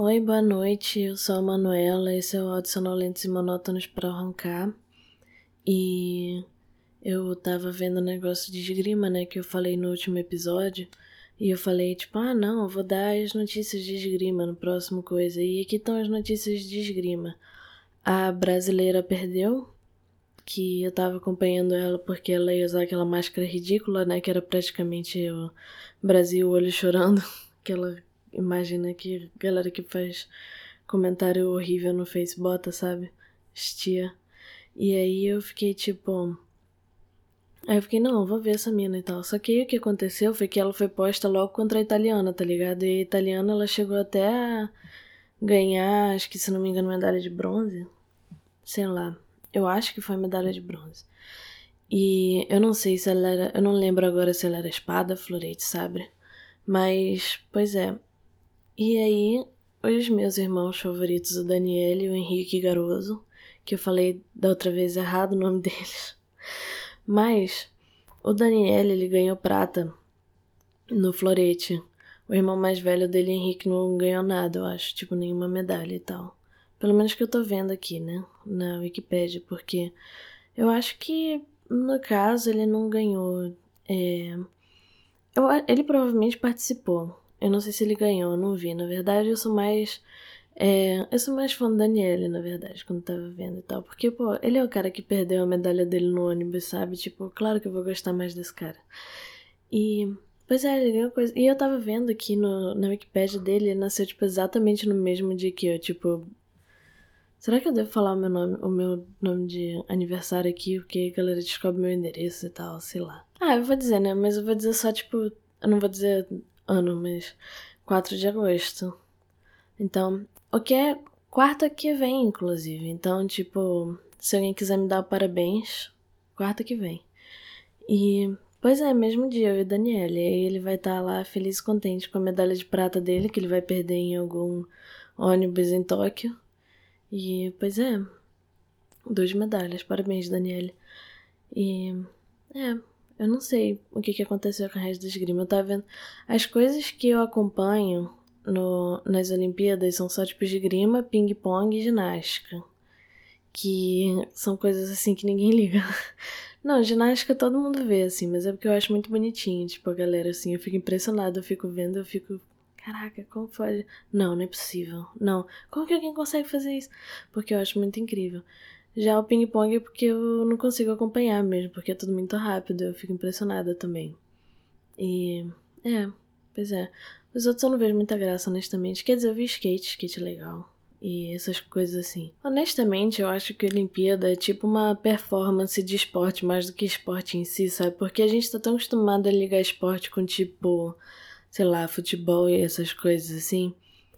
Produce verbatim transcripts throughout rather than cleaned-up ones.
Oi, boa noite. Eu sou a Manuela. Esse é o Áudio Sonolentos e Monótonos para Arrancar. E eu tava vendo o negócio de esgrima, né, que eu falei no último episódio. E eu falei, tipo, ah, não, eu vou dar as notícias de esgrima no próximo coisa. E aqui estão as notícias de esgrima. A brasileira perdeu, que eu tava acompanhando ela porque ela ia usar aquela máscara ridícula, né, que era praticamente o Brasil, o olho chorando. Aquela imagem que a galera que faz comentário horrível no Face bota, sabe? Estia. E aí eu fiquei tipo... Aí eu fiquei, não, vou ver essa mina e tal. Só que aí o que aconteceu foi que ela foi posta logo contra a italiana, tá ligado? E a italiana, ela chegou até a ganhar, acho que se não me engano, medalha de bronze. Sei lá. Eu acho que foi medalha de bronze. E eu não sei se ela era... Eu não lembro agora se ela era espada, florete, sabe? Mas, pois é. E aí, os meus irmãos favoritos, o Daniel e o Henrique Garoso, que eu falei da outra vez errado o nome deles. Mas o Daniel, ele ganhou prata no florete. O irmão mais velho dele, Henrique, não ganhou nada, eu acho, tipo, nenhuma medalha e tal. Pelo menos que eu tô vendo aqui, né, na Wikipédia, porque eu acho que, no caso, ele não ganhou. É... Eu, ele provavelmente participou. Eu não sei se ele ganhou, eu não vi. Na verdade, eu sou mais... É, eu sou mais fã do Daniele, na verdade, quando tava vendo e tal. Porque, pô, ele é o cara que perdeu a medalha dele no ônibus, sabe? Tipo, claro que eu vou gostar mais desse cara. E, pois é, ele ganhou coisa. E eu tava vendo aqui no, na Wikipédia dele, ele nasceu, tipo, exatamente no mesmo dia que eu. Tipo, será que eu devo falar o meu nome, o meu nome de aniversário aqui? Porque a galera descobre meu endereço e tal, sei lá. Ah, eu vou dizer, né? Mas eu vou dizer só, tipo, eu não vou dizer ano, mas quatro de agosto. Então, o que é quarta que vem, inclusive. Então, tipo, se alguém quiser me dar parabéns, quarta que vem. E, pois é, mesmo dia, eu e o Daniel. E aí ele vai estar lá feliz e contente com a medalha de prata dele, que ele vai perder em algum ônibus em Tóquio. E, pois é, duas medalhas. Parabéns, Daniel. E, é, eu não sei o que, que aconteceu com o resto da esgrima. Eu tava vendo as coisas que eu acompanho no, nas Olimpíadas são só tipo esgrima, ping-pong e ginástica. Que são coisas assim que ninguém liga. Não, ginástica todo mundo vê, assim, mas é porque eu acho muito bonitinho, tipo, a galera, assim, eu fico impressionada, eu fico vendo, eu fico... Caraca, como pode... Não, não é possível. Não, como que alguém consegue fazer isso? Porque eu acho muito incrível. Já o ping-pong é porque eu não consigo acompanhar mesmo, porque é tudo muito rápido, eu fico impressionada também. E... é, pois é. Os outros eu não vejo muita graça, honestamente. Quer dizer, eu vi skate, skate é legal. E essas coisas assim. Honestamente, eu acho que a Olimpíada é tipo uma performance de esporte mais do que esporte em si, sabe? Porque a gente tá tão acostumado a ligar esporte com tipo, sei lá, futebol e essas coisas assim,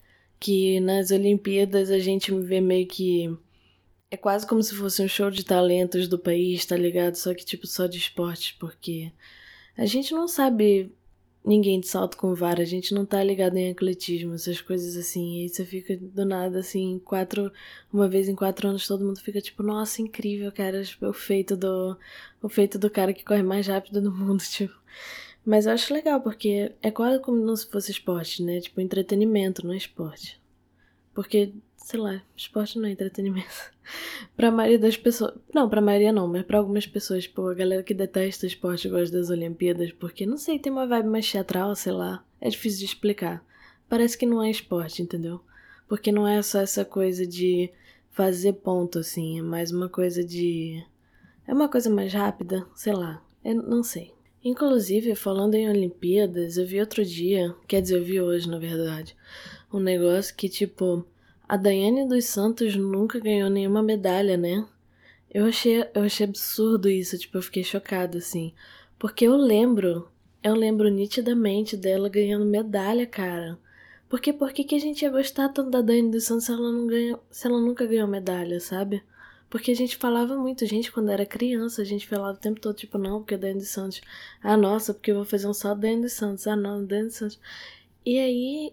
que nas Olimpíadas a gente vê meio que... É quase como se fosse um show de talentos do país, tá ligado? Só que tipo só de esportes, porque a gente não sabe ninguém de salto com vara, a gente não tá ligado em atletismo, essas coisas assim, e aí você fica do nada, assim, quatro, uma vez em quatro anos todo mundo fica tipo, nossa, incrível, cara, tipo, o feito do, o feito do cara que corre mais rápido do mundo, tipo. Mas eu acho legal, porque é quase como se fosse esporte, né, tipo, entretenimento, não é esporte. Porque, sei lá, esporte não é entretenimento. Pra maioria das pessoas... Não, pra maioria não, mas pra algumas pessoas, tipo, a galera que detesta esporte gosta das Olimpíadas, porque, não sei, tem uma vibe mais teatral, sei lá. É difícil de explicar. Parece que não é esporte, entendeu? Porque não é só essa coisa de fazer ponto, assim. É mais uma coisa de... É uma coisa mais rápida, sei lá. Eu não sei. Inclusive, falando em Olimpíadas, eu vi outro dia... Quer dizer, eu vi hoje, na verdade. Um negócio que, tipo... A Daiane dos Santos nunca ganhou nenhuma medalha, né? Eu achei, eu achei absurdo isso, tipo, eu fiquei chocada, assim. Porque eu lembro, eu lembro nitidamente dela ganhando medalha, cara. Porque por que que a gente ia gostar tanto da Daiane dos Santos se ela, não ganha, se ela nunca ganhou medalha, sabe? Porque a gente falava muito, gente, quando era criança, a gente falava o tempo todo, tipo, não, porque a Daiane dos Santos... Ah, nossa, porque eu vou fazer um salto da Daiane dos Santos. Ah, não, Daiane dos Santos... E aí...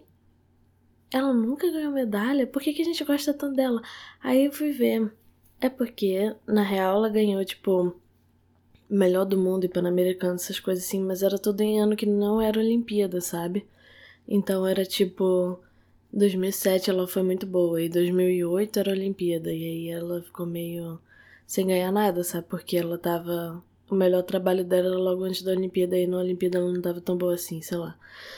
Ela nunca ganhou medalha? Por que que a gente gosta tanto dela? Aí eu fui ver. É porque, na real, ela ganhou, tipo, melhor do mundo e Pan-Americano, essas coisas assim, mas era todo em ano que não era Olimpíada, sabe? Então era tipo, dois mil e sete ela foi muito boa, e dois mil e oito era a Olimpíada, e aí ela ficou meio sem ganhar nada, sabe? Porque ela tava... O melhor trabalho dela era logo antes da Olimpíada, e na Olimpíada ela não tava tão boa assim, sei lá.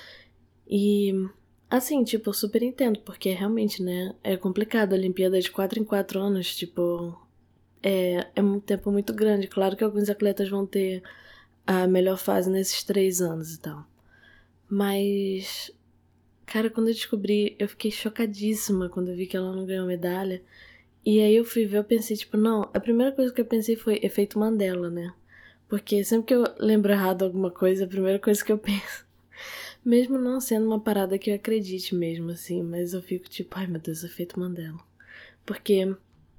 E, assim, tipo, eu super entendo, porque realmente, né, é complicado. A Olimpíada é de quatro em quatro anos, tipo, é, é um tempo muito grande. Claro que alguns atletas vão ter a melhor fase nesses três anos e tal. Mas, cara, quando eu descobri, eu fiquei chocadíssima quando eu vi que ela não ganhou medalha. E aí eu fui ver, eu pensei, tipo, não, a primeira coisa que eu pensei foi efeito Mandela, né? Porque sempre que eu lembro errado alguma coisa, a primeira coisa que eu penso, mesmo não sendo uma parada que eu acredite mesmo, assim, mas eu fico tipo, ai meu Deus, efeito Mandela. Porque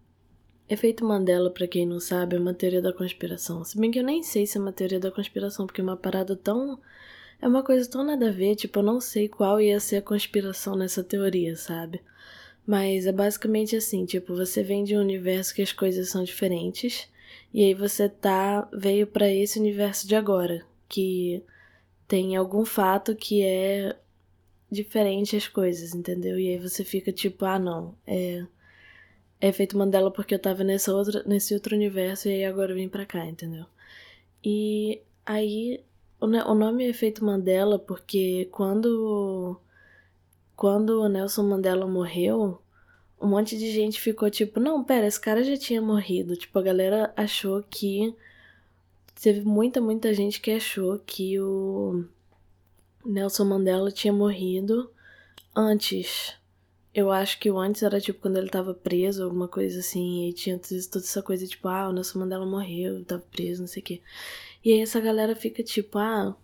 efeito Mandela, pra quem não sabe, é uma teoria da conspiração. Se bem que eu nem sei se é uma teoria da conspiração, porque é uma parada tão... É uma coisa tão nada a ver, tipo, eu não sei qual ia ser a conspiração nessa teoria, sabe? Mas é basicamente assim, tipo, você vem de um universo que as coisas são diferentes, e aí você tá, veio pra esse universo de agora, que tem algum fato que é diferente as coisas, entendeu? E aí você fica tipo, ah não, é, é efeito Mandela porque eu tava nessa outra, nesse outro universo e aí agora eu vim pra cá, entendeu? E aí o, ne- o nome é efeito Mandela porque quando, quando o Nelson Mandela morreu, um monte de gente ficou tipo, não, pera, esse cara já tinha morrido. Tipo, a galera achou que... Teve muita, muita gente que achou que o Nelson Mandela tinha morrido antes. Eu acho que o antes era tipo quando ele tava preso, alguma coisa assim, e tinha toda essa coisa tipo, ah, o Nelson Mandela morreu, tava preso, não sei o quê. E aí essa galera fica tipo, ah.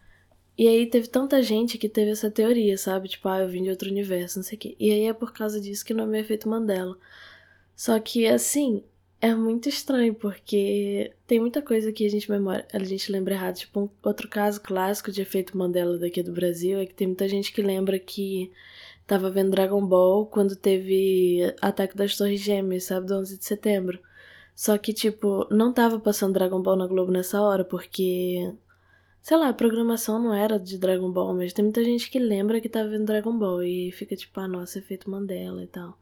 E aí teve tanta gente que teve essa teoria, sabe? Tipo, ah, eu vim de outro universo, não sei o quê. E aí é por causa disso que o nome é efeito Mandela. Só que, assim, é muito estranho, porque tem muita coisa que a gente memória, a gente lembra errado. Tipo, um outro caso clássico de efeito Mandela daqui do Brasil é que tem muita gente que lembra que tava vendo Dragon Ball quando teve Ataque das Torres Gêmeas, sabe, do onze de setembro. Só que, tipo, não tava passando Dragon Ball na Globo nessa hora, porque, sei lá, a programação não era de Dragon Ball, mas tem muita gente que lembra que tava vendo Dragon Ball e fica tipo, ah, nossa, efeito Mandela e tal.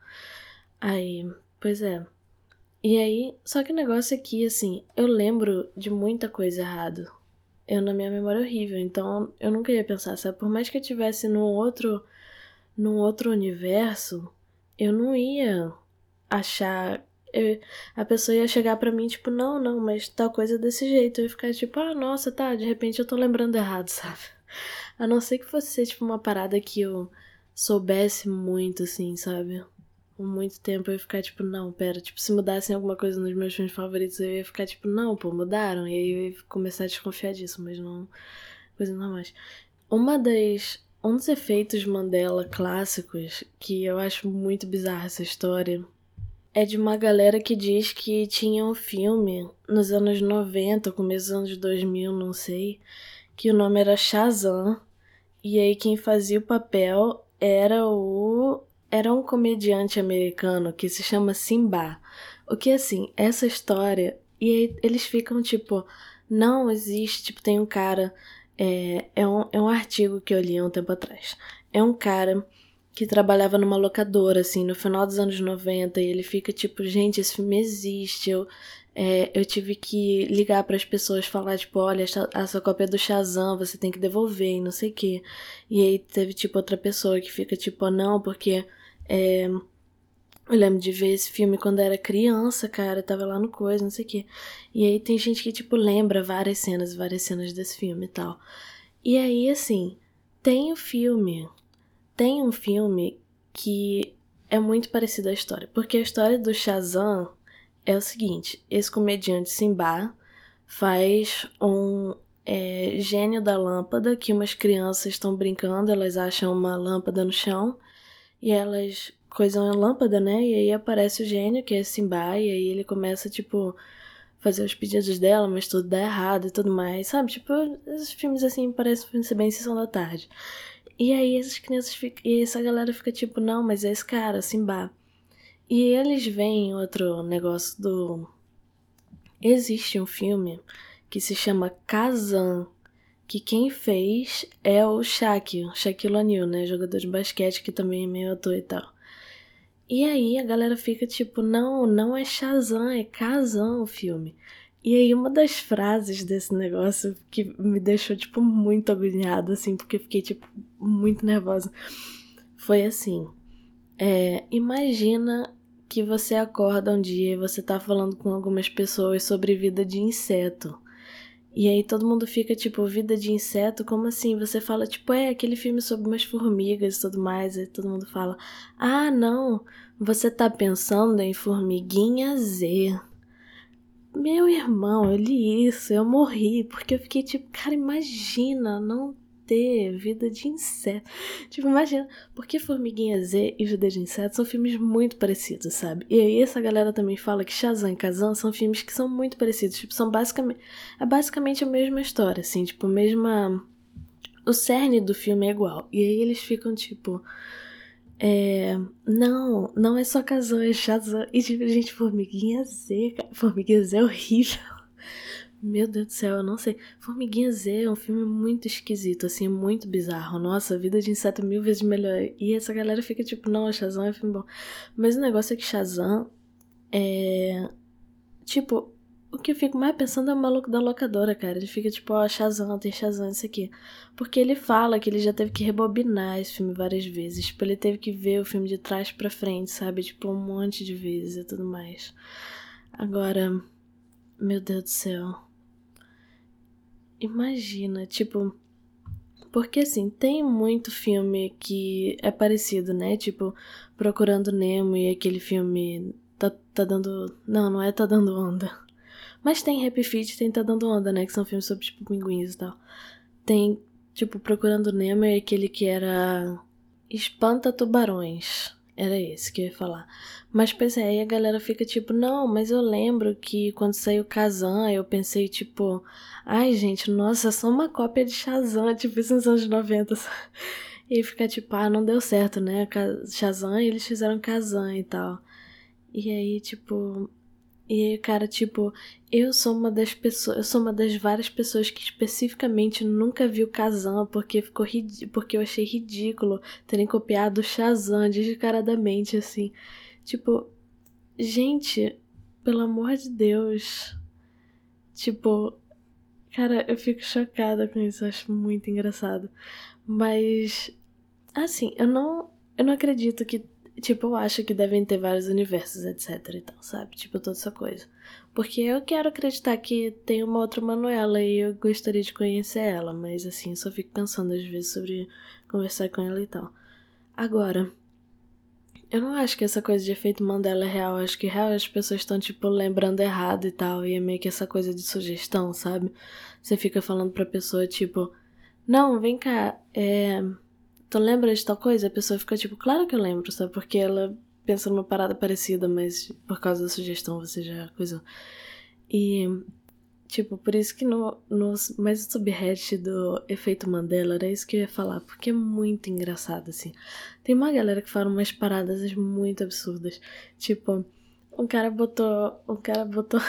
Aí, pois é. E aí, só que o negócio é que, assim, eu lembro de muita coisa errada. Eu, na minha memória, é horrível, então eu nunca ia pensar, sabe? Por mais que eu tivesse num outro, num outro universo, eu não ia achar. eu- a pessoa ia chegar pra mim, tipo, não, não, mas tal coisa é desse jeito. Eu ia ficar tipo, ah, nossa, tá, de repente eu tô lembrando errado, sabe? A não ser que fosse ser, tipo, uma parada que eu soubesse muito, assim, sabe? Por muito tempo eu ia ficar tipo, não, pera, tipo, se mudassem alguma coisa nos meus filmes favoritos, eu ia ficar tipo, não, pô, mudaram. E aí eu ia começar a desconfiar disso, mas não, coisa não mais. Uma das, um dos efeitos Mandela clássicos, que eu acho muito bizarra essa história, é de uma galera que diz que tinha um filme nos anos noventa, começo dos anos dois mil, não sei, que o nome era Shazam, e aí quem fazia o papel era o... Era um comediante americano que se chama Simba. O que, assim, essa história... E aí eles ficam, tipo... Não existe... Tipo, tem um cara... É, é, um, é um artigo que eu li há um tempo atrás. É um cara que trabalhava numa locadora, assim, no final dos anos noventa. E ele fica, tipo... Gente, esse filme existe. Eu, é, eu tive que ligar para as pessoas, falar, tipo... Olha, a sua cópia é do Shazam, você tem que devolver e não sei o quê. E aí teve, tipo, outra pessoa que fica, tipo, oh, não, porque... É, eu lembro de ver esse filme quando era criança, cara, tava lá no coisa, não sei o quê. E aí tem gente que, tipo, lembra várias cenas, várias cenas desse filme e tal. E aí, assim, tem o filme, tem um filme que é muito parecido à história. Porque a história do Shazam é o seguinte, esse comediante Simba faz um é, gênio da lâmpada, que umas crianças estão brincando, elas acham uma lâmpada no chão, e elas coisam a lâmpada, né? E aí aparece o gênio, que é Simba, e aí ele começa, tipo, fazer os pedidos dela, mas tudo dá errado e tudo mais, sabe? Tipo, esses filmes assim parecem ser bem Sessão da Tarde. E aí essas crianças ficam. E essa galera fica tipo, não, mas é esse cara, Simba. E eles veem outro negócio do. Existe um filme que se chama Kazan, que quem fez é o Shaq, Shaquille O'Neal, né? Jogador de basquete que também é meio ator e tal. E aí a galera fica tipo, não, não é Shazam, é Kazam o filme. E aí uma das frases desse negócio que me deixou, tipo, muito agoniada, assim, porque eu fiquei, tipo, muito nervosa, foi assim, é, imagina que você acorda um dia e você tá falando com algumas pessoas sobre vida de inseto. E aí todo mundo fica, tipo, vida de inseto? Como assim? Você fala, tipo, é aquele filme sobre umas formigas e tudo mais. E todo mundo fala, ah, não, você tá pensando em Formiguinha Z. Meu irmão, eu li isso, eu morri, porque eu fiquei tipo, cara, imagina não ter Vida de Inseto. Tipo, imagina, porque Formiguinha Z e Vida de Inseto são filmes muito parecidos, sabe? E aí essa galera também fala que Shazam e Kazam são filmes que são muito parecidos, tipo, são basicamente, é basicamente a mesma história, assim, tipo, mesma... O cerne do filme é igual. E aí eles ficam tipo... É, não, não é só Kazam, é Shazam. E tipo, gente, Formiguinha Z, cara. Formiguinha Z é horrível. Meu Deus do céu, eu não sei. Formiguinha Z é um filme muito esquisito, assim, muito bizarro. Nossa, Vida de Inseto mil vezes melhor. E essa galera fica tipo, não, Shazam é um filme bom. Mas o negócio é que Shazam é... Tipo, o que eu fico mais pensando é o maluco da locadora, cara. Ele fica tipo, ó, oh, Shazam, tem Shazam, isso aqui. Porque ele fala que ele já teve que rebobinar esse filme várias vezes. Tipo, ele teve que ver o filme de trás pra frente, sabe? Tipo, um monte de vezes e tudo mais. Agora, meu Deus do céu. Imagina, tipo... Porque, assim, tem muito filme que é parecido, né? Tipo, Procurando Nemo e aquele filme... Tá, tá dando... Não, não é Tá Dando Onda. Mas tem Happy Feet e tem Tá Dando Onda, né? Que são filmes sobre, tipo, pinguins e tal. Tem, tipo, Procurando Nemo e aquele que era... Espanta Tubarões. Era esse que eu ia falar. Mas, pois é, aí a galera fica tipo, não, mas eu lembro que quando saiu Kazam, eu pensei, tipo... Ai, gente, nossa, é só uma cópia de Shazam, tipo, isso nos anos noventa. E fica tipo, ah, não deu certo, né? Shazam e eles fizeram Kazam e tal. E aí, tipo... E aí, cara, tipo, eu sou uma das pessoas, eu sou uma das várias pessoas que especificamente nunca viu Kazam porque ficou rid... porque eu achei ridículo terem copiado o Shazam descaradamente, assim. Tipo, gente, pelo amor de Deus. Tipo, cara, eu fico chocada com isso, eu acho muito engraçado. Mas, assim, eu não, eu não acredito que... Tipo, eu acho que devem ter vários universos, etc e tal, sabe? Tipo, toda essa coisa. Porque eu quero acreditar que tem uma outra Manuela e eu gostaria de conhecer ela, mas assim, eu só fico pensando às vezes sobre conversar com ela e tal. Agora, eu não acho que essa coisa de efeito Mandela é real, eu acho que real as pessoas estão, tipo, lembrando errado e tal, e é meio que essa coisa de sugestão, sabe? Você fica falando pra pessoa, tipo, não, vem cá, é... Tu lembra de tal coisa? A pessoa fica tipo, claro que eu lembro, sabe? Porque ela pensa numa parada parecida, mas por causa da sugestão você já coisou. E, tipo, por isso que no, no mais o subreddit do efeito Mandela era isso que eu ia falar, porque é muito engraçado, assim. Tem uma galera que fala umas paradas muito absurdas. Tipo, um cara botou. Um cara botou.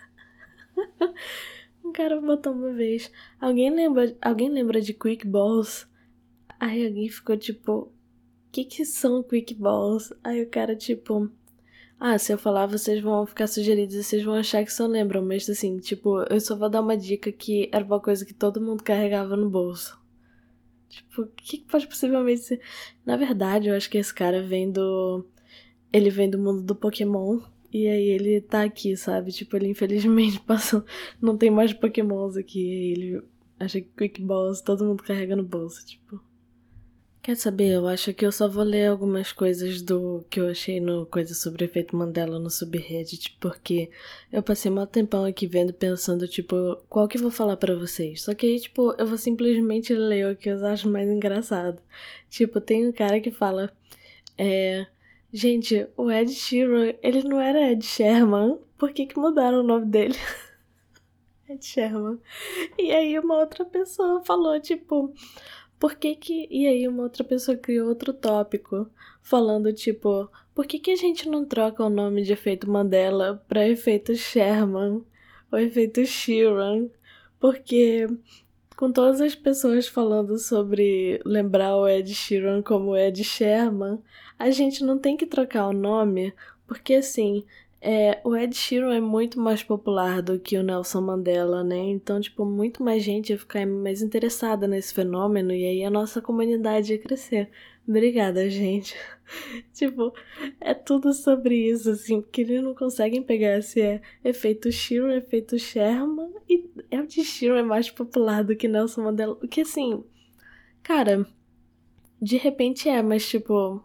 um cara botou uma vez. Alguém lembra, alguém lembra de Quick Balls? Aí alguém ficou tipo, o que que são quick balls? Aí o cara tipo, ah, se eu falar vocês vão ficar sugeridos e vocês vão achar que só lembram, mas assim, tipo, eu só vou dar uma dica que era uma coisa que todo mundo carregava no bolso. Tipo, o que que pode possivelmente ser? Na verdade, eu acho que esse cara vem do... Ele vem do mundo do Pokémon e aí ele tá aqui, sabe? Tipo, ele infelizmente passou... Não tem mais Pokémons aqui e ele acha que quick balls todo mundo carrega no bolso, tipo... Quer saber? Eu acho que eu só vou ler algumas coisas do que eu achei no coisa sobre o efeito Mandela no subreddit, porque eu passei mó tempão aqui vendo, pensando, tipo, qual que eu vou falar pra vocês. Só que aí, tipo, eu vou simplesmente ler o que eu acho mais engraçado. Tipo, tem um cara que fala, é... Gente, o Ed Sheeran, ele não era Ed Sherman? Por que que mudaram o nome dele? Ed Sherman. E aí uma outra pessoa falou, tipo... Por que que... E aí uma outra pessoa criou outro tópico, falando tipo, por que que a gente não troca o nome de efeito Mandela pra efeito Sherman ou efeito Sheeran? Porque Com todas as pessoas falando sobre lembrar o Ed Sheeran como Ed Sherman, a gente não tem que trocar o nome, porque assim, é, o Ed Sheeran é muito mais popular do que o Nelson Mandela, né? Então, tipo, muito mais gente ia ficar mais interessada nesse fenômeno e aí a nossa comunidade ia crescer. Obrigada, gente. Tipo, é tudo sobre isso, assim, porque eles não conseguem pegar se é efeito Sheeran, efeito Sherman, e é o de Sheeran é mais popular do que Nelson Mandela. O que, assim, cara, de repente é, mas, tipo,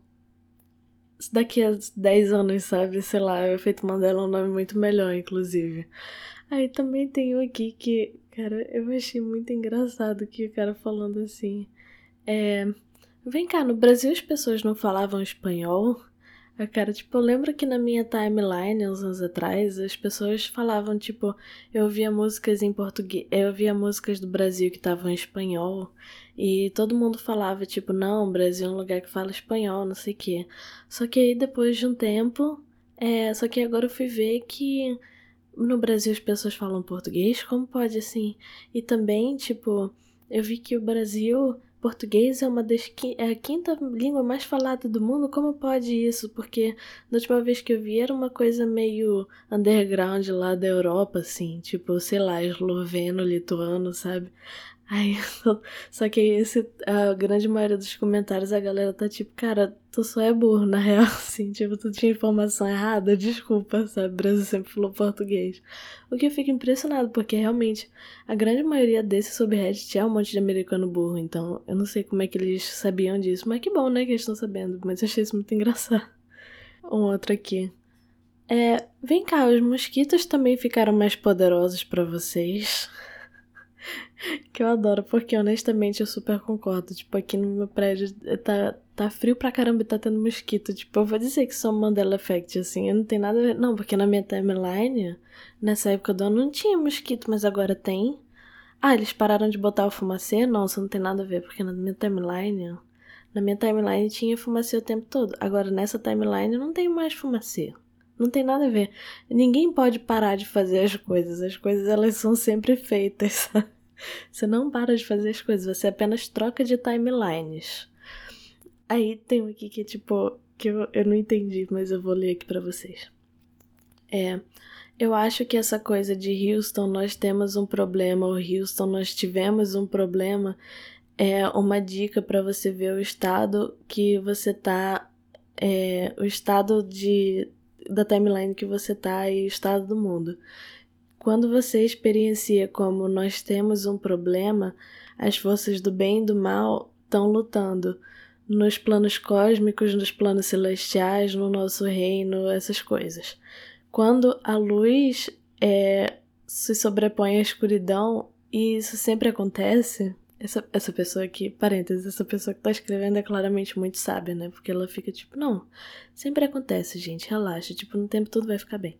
daqui a dez anos, sabe, sei lá, o efeito Mandela é um nome muito melhor, inclusive. Aí também tem um aqui que, cara, eu achei muito engraçado que o cara falando assim, é... Vem cá, no Brasil as pessoas não falavam espanhol? A cara, tipo, eu lembro que na minha timeline, uns anos atrás, as pessoas falavam, tipo, eu ouvia músicas em português, eu ouvia músicas do Brasil que estavam em espanhol, e todo mundo falava, tipo, não, o Brasil é um lugar que fala espanhol, não sei o quê. Só que aí, depois de um tempo, é, só que agora eu fui ver que no Brasil as pessoas falam português, como pode, assim? E também, tipo, eu vi que o Brasil... Português é uma das qui- é a quinta língua mais falada do mundo. Como pode isso? Porque da última vez que eu vi era uma coisa meio underground lá da Europa, assim, tipo, sei lá, esloveno, lituano, sabe? Aí, só que aí esse, a grande maioria dos comentários a galera tá tipo, cara, tu só é burro, na real, assim, tipo, tu tinha informação errada, desculpa, sabe? O Brasil sempre falou português. O que eu fico impressionado, porque realmente a grande maioria desses subreddit é um monte de americano burro, então eu não sei como é que eles sabiam disso, mas que bom, né, que eles estão sabendo, mas eu achei isso muito engraçado. Um outro aqui. É, vem cá, os mosquitos também ficaram mais poderosos pra vocês? Que eu adoro, porque honestamente eu super concordo. Tipo, aqui no meu prédio tá, tá frio pra caramba e tá tendo mosquito. Tipo, eu vou dizer que sou Mandela Effect, assim, eu não tem nada a ver. Não, porque na minha timeline, nessa época do ano, não tinha mosquito, mas agora tem. Ah, eles pararam de botar o fumacê? Não, isso não tem nada a ver, porque na minha timeline. Na minha timeline tinha fumacê o tempo todo. Agora nessa timeline não tem mais fumacê. Não tem nada a ver. Ninguém pode parar de fazer as coisas. As coisas elas são sempre feitas, sabe? Você não para de fazer as coisas, você apenas troca de timelines. Aí tem um aqui que, tipo, que eu, eu não entendi, mas eu vou ler aqui pra vocês. É, eu acho que essa coisa de Houston, nós temos um problema, ou Houston, nós tivemos um problema, é uma dica pra você ver o estado que você tá, é, o estado de, da timeline que você tá e o estado do mundo. Quando você experiencia como nós temos um problema, as forças do bem e do mal estão lutando nos planos cósmicos, nos planos celestiais, no nosso reino, essas coisas. Quando a luz é, se sobrepõe à escuridão, e isso sempre acontece, essa, essa pessoa aqui, parênteses, essa pessoa que tá escrevendo é claramente muito sábia, né? Porque ela fica tipo, não, sempre acontece, gente, relaxa, tipo, no tempo tudo vai ficar bem.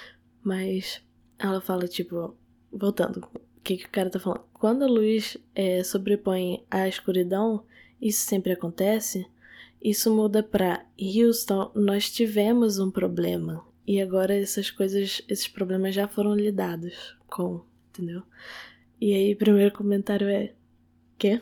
Mas ela fala, tipo, voltando, o que, que o cara tá falando? Quando a luz é, sobrepõe à escuridão, isso sempre acontece, isso muda pra Houston, nós tivemos um problema. E agora essas coisas, esses problemas já foram lidados com, entendeu? E aí o primeiro comentário é, quê?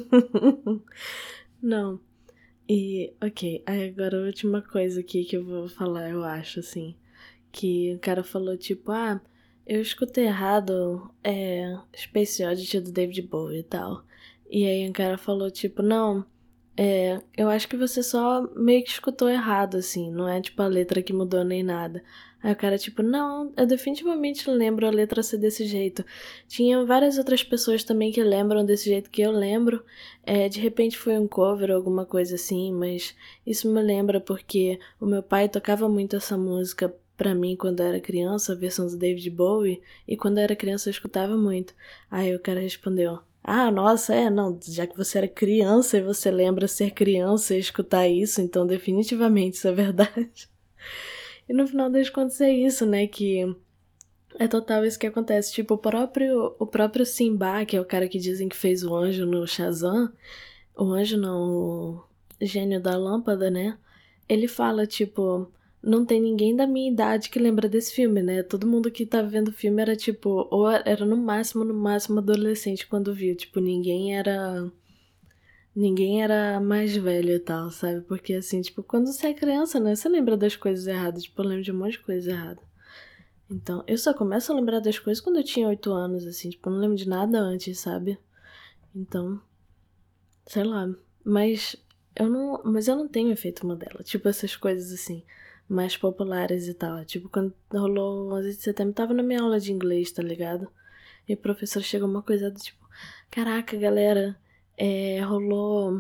Não. E, ok, aí agora a última coisa aqui que eu vou falar, eu acho, assim, que o cara falou, tipo, ah, eu escutei errado é, Space Oddity do David Bowie e tal. E aí o cara falou, tipo, não, é, eu acho que você só meio que escutou errado, assim, não é tipo a letra que mudou nem nada. Aí o cara, tipo, não, eu definitivamente lembro a letra ser desse jeito. Tinha várias outras pessoas também que lembram desse jeito que eu lembro. É, de repente foi um cover ou alguma coisa assim, mas isso me lembra porque o meu pai tocava muito essa música pra mim quando eu era criança, a versão do David Bowie, e quando eu era criança eu escutava muito. Aí o cara respondeu, ah, nossa, é, não, já que você era criança e você lembra ser criança e escutar isso, então definitivamente isso é verdade. E no final das contas é isso, né, que é total isso que acontece. Tipo, o próprio, o próprio Simba, que é o cara que dizem que fez o anjo no Shazam, o anjo não, o gênio da lâmpada, né, ele fala, tipo, não tem ninguém da minha idade que lembra desse filme, né? Todo mundo que tava vendo o filme era tipo, ou era no máximo, no máximo adolescente quando viu. Tipo, ninguém era. Ninguém era mais velho e tal, sabe? Porque assim, tipo, quando você é criança, né? Você lembra das coisas erradas. Tipo, eu lembro de um monte de coisa errada. Então, eu só começo a lembrar das coisas quando eu tinha oito anos, assim. Tipo, eu não lembro de nada antes, sabe? Então, sei lá. Mas eu não, mas eu não tenho efeito Mandela. Tipo, essas coisas assim, mais populares e tal. Tipo, quando rolou o onze de setembro, tava na minha aula de inglês, tá ligado? E o professor chegou uma coisa do tipo, caraca, galera, é, rolou.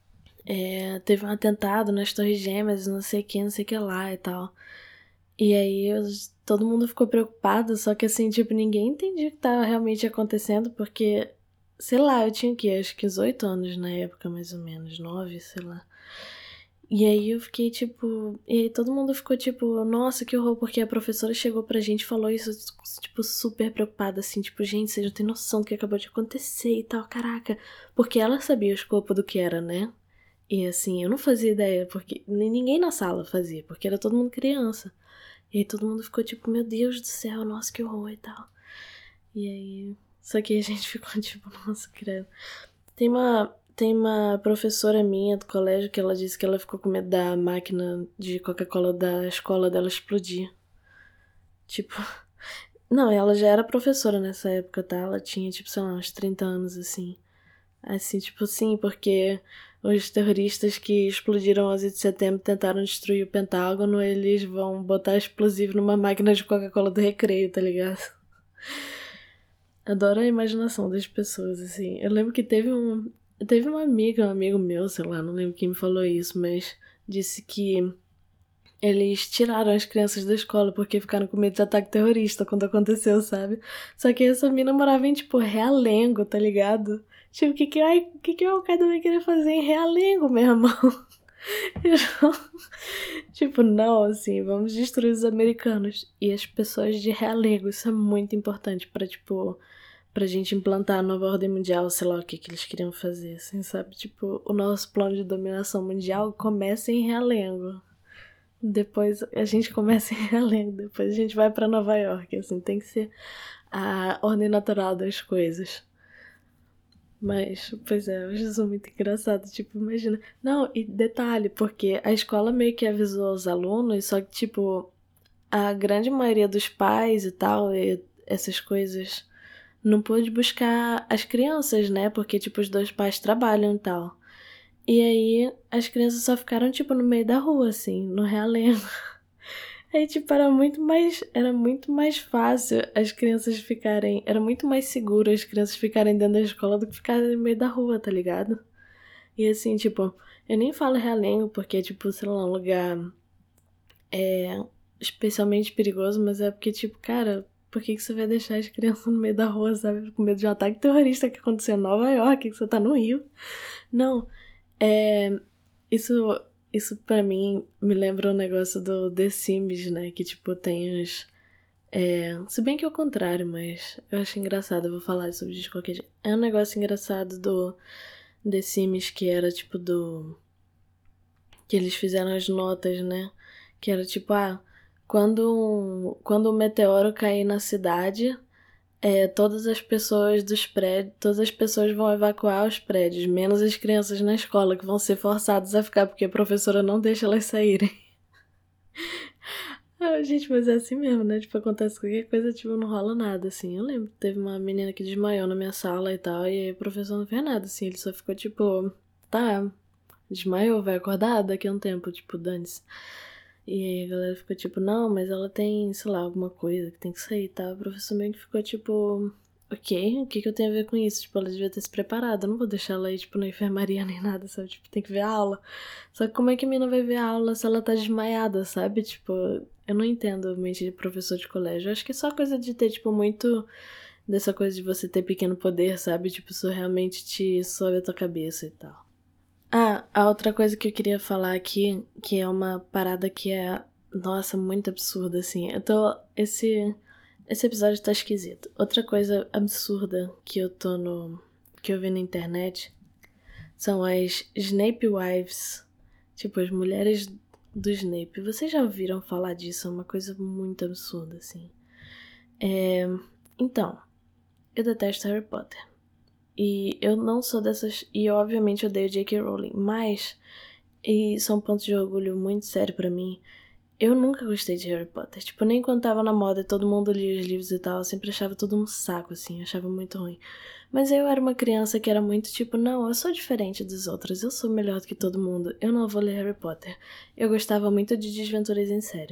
É, teve um atentado nas Torres Gêmeas, não sei o que, não sei o que lá e tal. E aí eu- todo mundo ficou preocupado, só que assim, tipo, ninguém entendia o que tava realmente acontecendo, porque, sei lá, eu tinha o quê? Acho que uns oito anos na época, mais ou menos, nove, sei lá. E aí eu fiquei tipo. E aí todo mundo ficou tipo, nossa, que horror, porque a professora chegou pra gente e falou isso, tipo, super preocupada, assim, tipo, gente, vocês não têm noção do que acabou de acontecer e tal, caraca. Porque ela sabia o escopo do que era, né? E assim, eu não fazia ideia, porque nem ninguém na sala fazia, porque era todo mundo criança. E aí todo mundo ficou tipo, meu Deus do céu, nossa, que horror e tal. E aí. Só que a gente ficou tipo, nossa, credo. Tem uma, tem uma professora minha do colégio que ela disse que ela ficou com medo da máquina de Coca-Cola da escola dela explodir. Tipo. Não, ela já era professora nessa época, tá? Ela tinha, tipo, sei lá, uns trinta anos assim. Assim, tipo, sim, porque os terroristas que explodiram onze de setembro tentaram destruir o Pentágono, eles vão botar explosivo numa máquina de Coca-Cola do recreio, tá ligado? Adoro a imaginação das pessoas, assim. Eu lembro que teve um. Teve uma amiga, um amigo meu, sei lá, não lembro quem me falou isso, mas disse que eles tiraram as crianças da escola porque ficaram com medo de ataque terrorista quando aconteceu, sabe? Só que essa mina morava em, tipo, Realengo, tá ligado? Tipo, o que que, ai, que que o Al-Qaeda vai querer fazer em Realengo, meu irmão? Eu não- Tipo, não, assim, vamos destruir os americanos e as pessoas de Realengo. Isso é muito importante pra, tipo, pra gente implantar a nova ordem mundial, sei lá o que que eles queriam fazer, assim, sabe? Tipo, o nosso plano de dominação mundial começa em Realengo. Depois a gente começa em Realengo, depois a gente vai pra Nova York, assim, tem que ser a ordem natural das coisas. Mas, pois é, eu acho isso muito engraçado, tipo, imagina. Não, e detalhe, porque a escola meio que avisou os alunos, só que, tipo, a grande maioria dos pais e tal, e essas coisas, não pôde buscar as crianças, né? Porque, tipo, os dois pais trabalham e tal. E aí, as crianças só ficaram, tipo, no meio da rua, assim, no realengo. Aí, tipo, era muito mais, era muito mais fácil as crianças ficarem, era muito mais seguro as crianças ficarem dentro da escola do que ficarem no meio da rua, tá ligado? E assim, tipo, eu nem falo realengo porque, tipo, sei lá, um lugar é especialmente perigoso, mas é porque, tipo, cara, por que que você vai deixar as crianças no meio da rua, sabe? Com medo de um ataque terrorista que aconteceu em Nova York, que você tá no Rio. Não, é... Isso, isso pra mim me lembra um negócio do The Sims, né? Que, tipo, tem os... É... Se bem que é o contrário, mas eu acho engraçado, eu vou falar sobre isso de qualquer jeito. É um negócio engraçado do The Sims que era, tipo, do... Que eles fizeram as notas, né? Que era, tipo, ah... Quando, quando um meteoro cair na cidade, é, todas as pessoas dos prédios, todas as pessoas vão evacuar os prédios, menos as crianças na escola, que vão ser forçadas a ficar porque a professora não deixa elas saírem. Ah, gente, mas é assim mesmo, né? Tipo, acontece qualquer coisa, tipo, não rola nada, assim. Eu lembro que teve uma menina que desmaiou na minha sala e tal, e aí o professor não fez nada, assim. Ele só ficou, tipo, tá, desmaiou, vai acordar daqui a um tempo, tipo, dane-se. E aí a galera ficou, tipo, não, mas ela tem, sei lá, alguma coisa que tem que sair e tal. O professor meio que ficou, tipo, ok, o que que eu tenho a ver com isso? Tipo, ela devia ter se preparado, eu não vou deixar ela ir, tipo, na enfermaria nem nada, sabe? Tipo, tem que ver a aula. Só que como é que a menina vai ver a aula se ela tá desmaiada, sabe? Tipo, eu não entendo mente de professor de colégio. Eu acho que é só coisa de ter, tipo, muito dessa coisa de você ter pequeno poder, sabe? Tipo, isso realmente te sobe a tua cabeça e tal. Ah, a outra coisa que eu queria falar aqui, que é uma parada que é, nossa, muito absurda, assim. Eu tô. Esse. Esse episódio tá esquisito. Outra coisa absurda que eu tô no. Que eu vi na internet são as Snape Wives. Tipo, as mulheres. do Snape. Vocês já ouviram falar disso? É uma coisa muito absurda, assim. É... Então, eu detesto Harry Potter. E eu não sou dessas... E eu, obviamente, odeio J K. Rowling. Mas, e isso é um ponto de orgulho muito sério pra mim, eu nunca gostei de Harry Potter. Tipo, nem quando tava na moda e todo mundo lia os livros e tal, eu sempre achava tudo um saco, assim. Eu achava muito ruim. Mas eu era uma criança que era muito tipo, não, eu sou diferente dos outros. Eu sou melhor do que todo mundo. Eu não vou ler Harry Potter. Eu gostava muito de Desventuras em Série.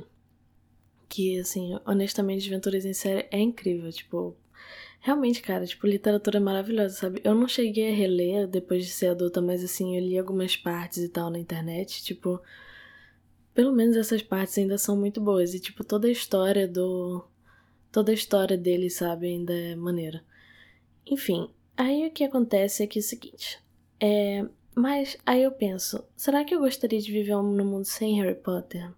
Que, assim, honestamente, Desventuras em Série é incrível. Tipo, realmente, cara, tipo, literatura é maravilhosa, sabe? Eu não cheguei a reler depois de ser adulta, mas, assim, eu li algumas partes e tal na internet. Tipo, pelo menos essas partes ainda são muito boas. E, tipo, toda a história do... Toda a história dele, sabe, ainda é maneira. Enfim, aí o que acontece é que é o seguinte. É... Mas aí eu penso, será que eu gostaria de viver no mundo sem Harry Potter?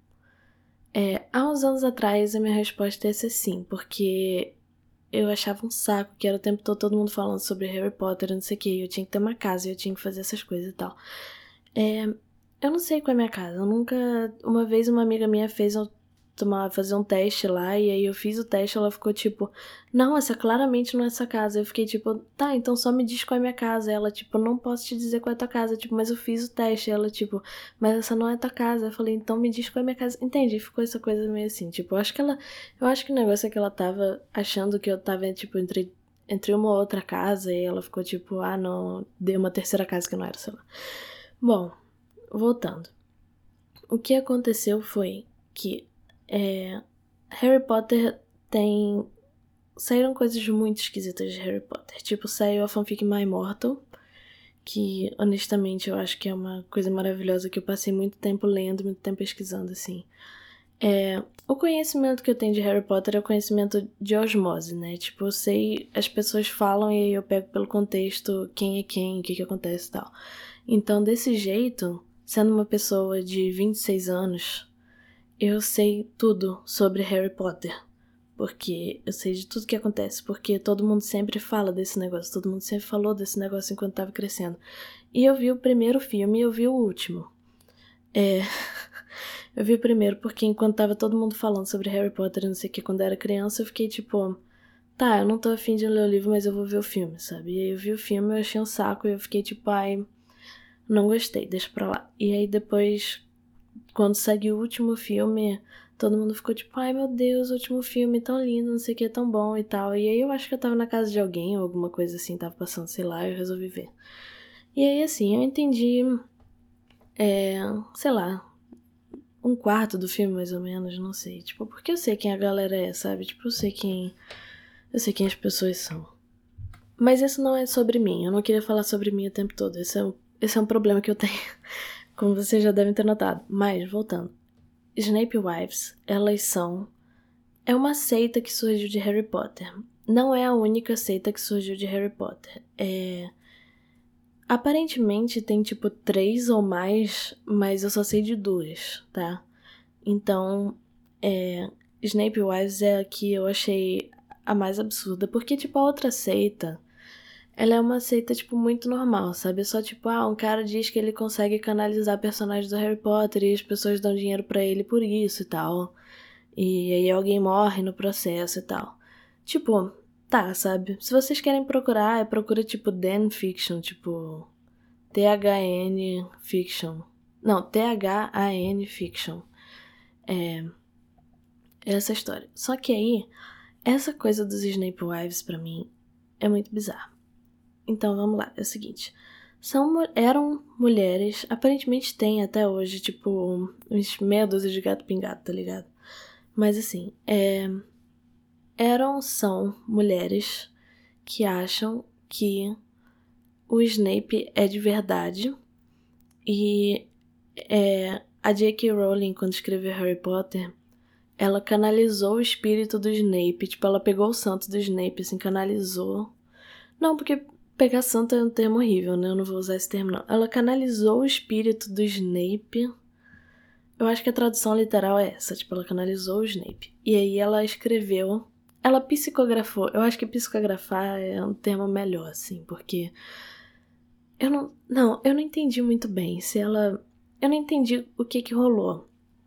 É, há uns anos atrás a minha resposta ia ser sim, porque eu achava um saco que era o tempo todo todo mundo falando sobre Harry Potter, não sei o que, eu tinha que ter uma casa e eu tinha que fazer essas coisas e tal. É, eu não sei qual é a minha casa, eu nunca... Uma vez uma amiga minha fez eu tomar, fazer um teste lá, e aí eu fiz o teste, ela ficou tipo, não, essa claramente não é essa casa. Eu fiquei tipo, tá, então só me diz qual é a minha casa. Ela, tipo, não posso te dizer qual é a tua casa, tipo, mas eu fiz o teste. Ela, tipo, mas essa não é a tua casa. Eu falei, então me diz qual é a minha casa. Entendi, ficou essa coisa meio assim, tipo, eu acho que ela, eu acho que o negócio é que ela tava achando que eu tava, tipo, entre, entre uma ou outra casa, e ela ficou tipo, ah, não, deu uma terceira casa que não era, sei lá. Bom, voltando. O que aconteceu foi que é, Harry Potter tem... Saíram coisas muito esquisitas de Harry Potter. Tipo, saiu a fanfic My Immortal, que honestamente eu acho que é uma coisa maravilhosa que eu passei muito tempo lendo, muito tempo pesquisando, assim. É, o conhecimento que eu tenho de Harry Potter é o conhecimento de osmose, né? Tipo, eu sei, as pessoas falam e aí eu pego pelo contexto quem é quem, o que que acontece e tal. Então, desse jeito, sendo uma pessoa de vinte e seis anos, eu sei tudo sobre Harry Potter. Porque eu sei de tudo que acontece. Porque todo mundo sempre fala desse negócio. Todo mundo sempre falou desse negócio enquanto tava crescendo. E eu vi o primeiro filme e eu vi o último. É... eu vi o primeiro porque enquanto tava todo mundo falando sobre Harry Potter, não sei o que, quando eu era criança, eu fiquei tipo... Tá, eu não tô afim de ler o livro, mas eu vou ver o filme, sabe? E aí eu vi o filme, eu achei um saco e eu fiquei tipo, ai... Não gostei, deixa pra lá. E aí depois, quando saiu o último filme, todo mundo ficou tipo, ai meu Deus, o último filme tão lindo, não sei o que, tão bom e tal. E aí eu acho que eu tava na casa de alguém ou alguma coisa assim, tava passando, sei lá, eu resolvi ver. E aí assim, eu entendi, é, sei lá, um quarto do filme mais ou menos, não sei. Tipo, porque eu sei quem a galera é, sabe? Tipo, eu sei quem, eu sei quem as pessoas são. Mas isso não é sobre mim, eu não queria falar sobre mim o tempo todo, esse é um, esse é um problema que eu tenho, como vocês já devem ter notado. Mas, voltando. Snape Wives, elas são... É uma seita que surgiu de Harry Potter. Não é a única seita que surgiu de Harry Potter. É... Aparentemente tem tipo três ou mais, mas eu só sei de duas, tá? Então, é... Snape Wives é a que eu achei a mais absurda. Porque, tipo, a outra seita... Ela é uma seita, tipo, muito normal, sabe? É só, tipo, ah, um cara diz que ele consegue canalizar personagens do Harry Potter e as pessoas dão dinheiro pra ele por isso e tal. E aí alguém morre no processo e tal. Tipo, tá, sabe? Se vocês querem procurar, procura, tipo, Dan Fiction, tipo... T H N Fiction. Não, T H A N Fiction. É... Essa história. Só que aí, essa coisa dos Snape Wives, pra mim, é muito bizarra. Então, vamos lá, é o seguinte. São, eram mulheres, aparentemente tem até hoje, tipo, uns meia dúzia de gato pingado, tá ligado? Mas assim, é, eram, são mulheres que acham que o Snape é de verdade e é, a J K. Rowling, quando escreveu Harry Potter, ela canalizou o espírito do Snape, tipo, ela pegou o santo do Snape, assim, canalizou. Não, porque pegar santo é um termo horrível, né? Eu não vou usar esse termo, não. Ela canalizou o espírito do Snape. Eu acho que a tradução literal é essa, tipo, ela canalizou o Snape. E aí ela escreveu... Ela psicografou. Eu acho que psicografar é um termo melhor, assim, porque... Eu não... Não, eu não entendi muito bem se ela... Eu não entendi o que que rolou.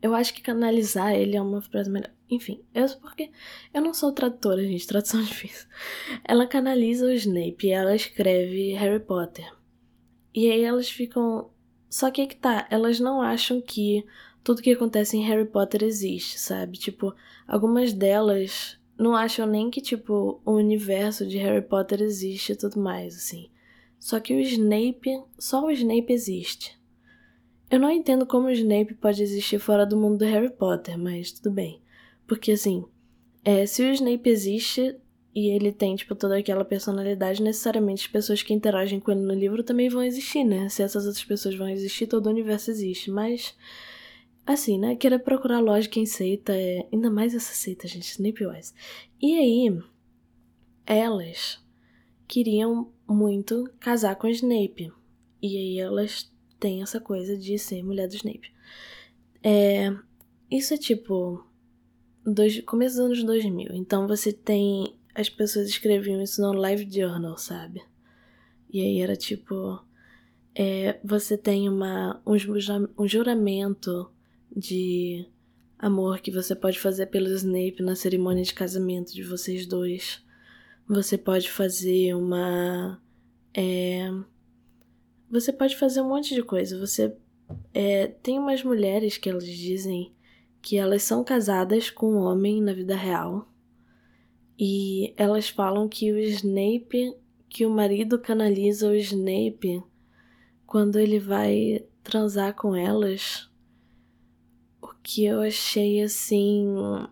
Eu acho que canalizar ele é uma frase melhor. Enfim, eu porque eu não sou tradutora, gente, tradução é difícil. Ela canaliza o Snape e ela escreve Harry Potter. E aí elas ficam... Só que aí que tá, elas não acham que tudo que acontece em Harry Potter existe, sabe? Tipo, algumas delas não acham nem que, tipo, o universo de Harry Potter existe e tudo mais, assim. Só que o Snape, só o Snape existe. Eu não entendo como o Snape pode existir fora do mundo do Harry Potter, mas tudo bem. Porque, assim, é, se o Snape existe e ele tem, tipo, toda aquela personalidade, necessariamente as pessoas que interagem com ele no livro também vão existir, né? Se essas outras pessoas vão existir, todo o universo existe. Mas, assim, né? Querer procurar lógica em seita é... Ainda mais essa seita, gente, Snape Wise. E aí, elas queriam muito casar com o Snape. E aí elas têm essa coisa de ser mulher do Snape. É... Isso é, tipo... Dois, começo dos anos dois mil. Então você tem... As pessoas escreviam isso no Live Journal, sabe? E aí era tipo... É, você tem uma, um, jura, um juramento de amor que você pode fazer pelo Snape na cerimônia de casamento de vocês dois. Você pode fazer uma... É, você pode fazer um monte de coisa. Você... É, tem umas mulheres que elas dizem que elas são casadas com um homem na vida real. E elas falam que o Snape, que o marido canaliza o Snape quando ele vai transar com elas. O que eu achei assim...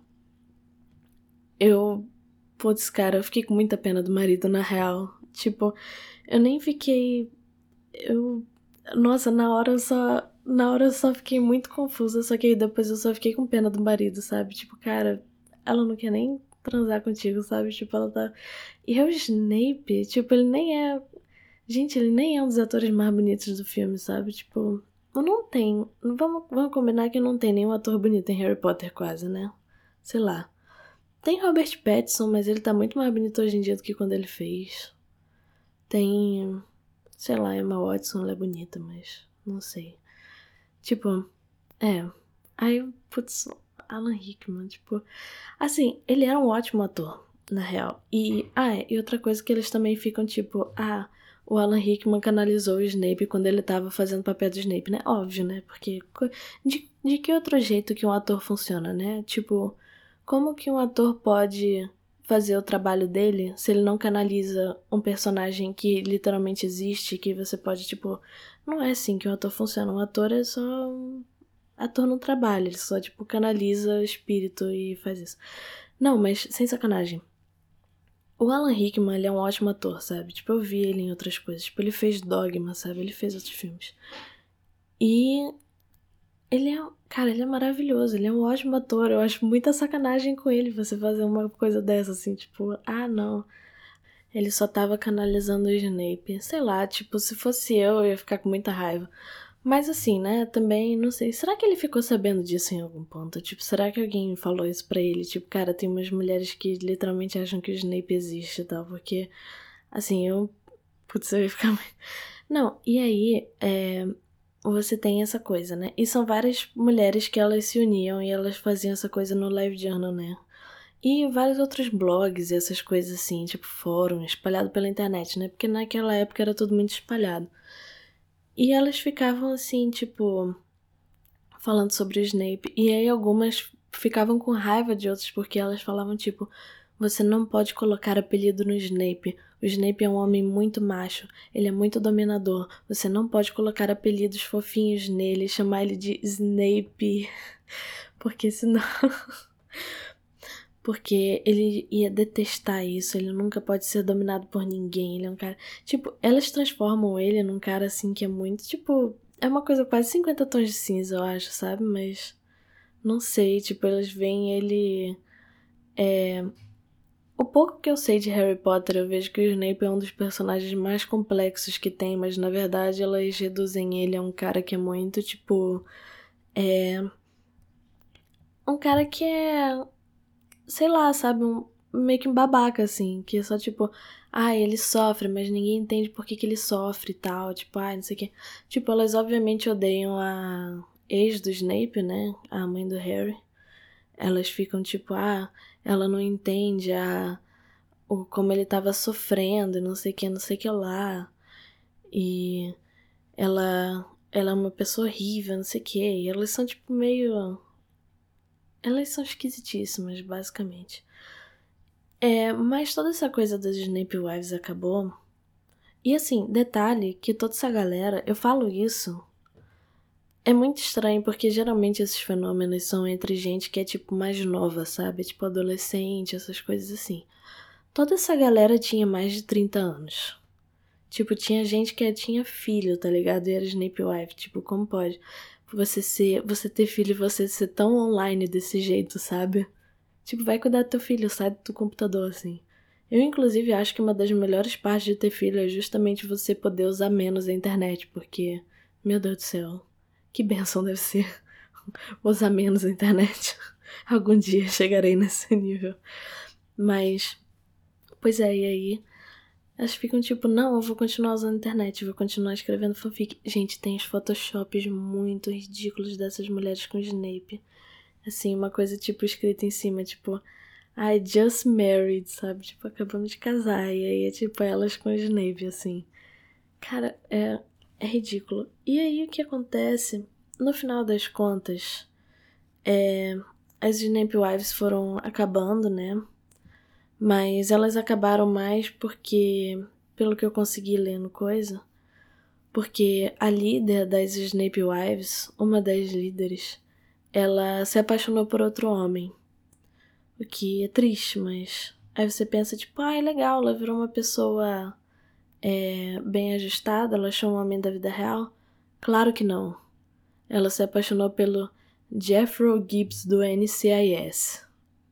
Eu... Putz, cara, eu fiquei com muita pena do marido, na real. Tipo, eu nem fiquei... Eu... Nossa, na hora eu só... Na hora eu só fiquei muito confusa, só que aí depois eu só fiquei com pena do marido, sabe? Tipo, cara, ela não quer nem transar contigo, sabe? Tipo, ela tá... E é o Snape, tipo, ele nem é... Gente, ele nem é um dos atores mais bonitos do filme, sabe? Tipo, não tem... Vamos, vamos combinar que não tem nenhum ator bonito em Harry Potter quase, né? Sei lá. Tem Robert Pattinson, mas ele tá muito mais bonito hoje em dia do que quando ele fez. Tem... Sei lá, Emma Watson, ela é bonita, mas... Não sei. Tipo... É... Aí, putz... Alan Rickman, tipo... Assim, ele era um ótimo ator, na real. E... Ah, é, e outra coisa que eles também ficam, tipo... Ah... O Alan Rickman canalizou o Snape quando ele tava fazendo o papel do Snape, né? Óbvio, né? Porque... De, de que outro jeito que um ator funciona, né? Tipo... Como que um ator pode fazer o trabalho dele se ele não canaliza um personagem que literalmente existe, que você pode, tipo... Não é assim que um ator funciona. Um ator é só... Um ator não trabalha, ele só, tipo, canaliza espírito e faz isso. Não, mas sem sacanagem. O Alan Rickman, ele é um ótimo ator, sabe? Tipo, eu vi ele em outras coisas. Tipo, ele fez Dogma, sabe? Ele fez outros filmes. E... Ele é... Cara, ele é maravilhoso. Ele é um ótimo ator. Eu acho muita sacanagem com ele você fazer uma coisa dessa, assim. Tipo, ah, não. Ele só tava canalizando o Snape. Sei lá, tipo, se fosse eu, eu ia ficar com muita raiva. Mas assim, né, também, não sei. Será que ele ficou sabendo disso em algum ponto? Tipo, será que alguém falou isso pra ele? Tipo, cara, tem umas mulheres que literalmente acham que o Snape existe e tal. Porque, assim, eu... Putz, eu ia ficar... Não, e aí, é... Você tem essa coisa, né? E são várias mulheres que elas se uniam e elas faziam essa coisa no Live Journal, né? E vários outros blogs e essas coisas assim, tipo fórum, espalhado pela internet, né? Porque naquela época era tudo muito espalhado. E elas ficavam assim, tipo, falando sobre o Snape. E aí algumas ficavam com raiva de outras porque elas falavam, tipo, você não pode colocar apelido no Snape. O Snape é um homem muito macho. Ele é muito dominador. Você não pode colocar apelidos fofinhos nele, chamar ele de Snape. Porque senão... Porque ele ia detestar isso, ele nunca pode ser dominado por ninguém, ele é um cara... Tipo, elas transformam ele num cara, assim, que é muito, tipo... É uma coisa quase cinquenta tons de cinza, eu acho, sabe? Mas... Não sei, tipo, elas veem ele... É... O pouco que eu sei de Harry Potter, eu vejo que o Snape é um dos personagens mais complexos que tem, mas na verdade elas reduzem ele a um cara que é muito, tipo... É... Um cara que é... Sei lá, sabe, um, meio que um babaca, assim, que é só tipo, ah, ele sofre, mas ninguém entende por que que ele sofre e tal, tipo, ah, não sei o que. Tipo, elas obviamente odeiam a ex do Snape, né, a mãe do Harry, elas ficam tipo, ah, ela não entende a, o, como ele tava sofrendo, não sei o que, não sei o que lá, e ela, ela é uma pessoa horrível, não sei o que, e elas são tipo meio... Elas são esquisitíssimas, basicamente. É, mas toda essa coisa das Snape Wives acabou. E assim, detalhe que toda essa galera, eu falo isso, é muito estranho porque geralmente esses fenômenos são entre gente que é tipo mais nova, sabe? Tipo adolescente, essas coisas assim. Toda essa galera tinha mais de trinta anos. Tipo, tinha gente que tinha filho, tá ligado? E era Snape Wife. Tipo, como pode você ser, você ter filho e você ser tão online desse jeito, sabe? Tipo, vai cuidar do teu filho, sai do computador, assim. Eu, inclusive, acho que uma das melhores partes de ter filho é justamente você poder usar menos a internet, porque, meu Deus do céu, que bênção deve ser usar menos a internet. Algum dia chegarei nesse nível. Mas, pois é, e aí, elas ficam tipo, não, eu vou continuar usando a internet, vou continuar escrevendo fanfic. Gente, tem os photoshops muito ridículos dessas mulheres com Snape. Assim, uma coisa tipo escrita em cima, tipo, I just married, sabe? Tipo, acabamos de casar. E aí é tipo elas com o Snape, assim. Cara, é, é ridículo. E aí o que acontece? No final das contas, é, as Snape Wives foram acabando, né? Mas elas acabaram mais porque, pelo que eu consegui ler no coisa, porque a líder das Snape Wives, uma das líderes, ela se apaixonou por outro homem. O que é triste, mas... Aí você pensa, tipo, ah, é legal, ela virou uma pessoa é, bem ajustada, ela achou um homem da vida real. Claro que não. Ela se apaixonou pelo Jeffro Gibbs do N C I S.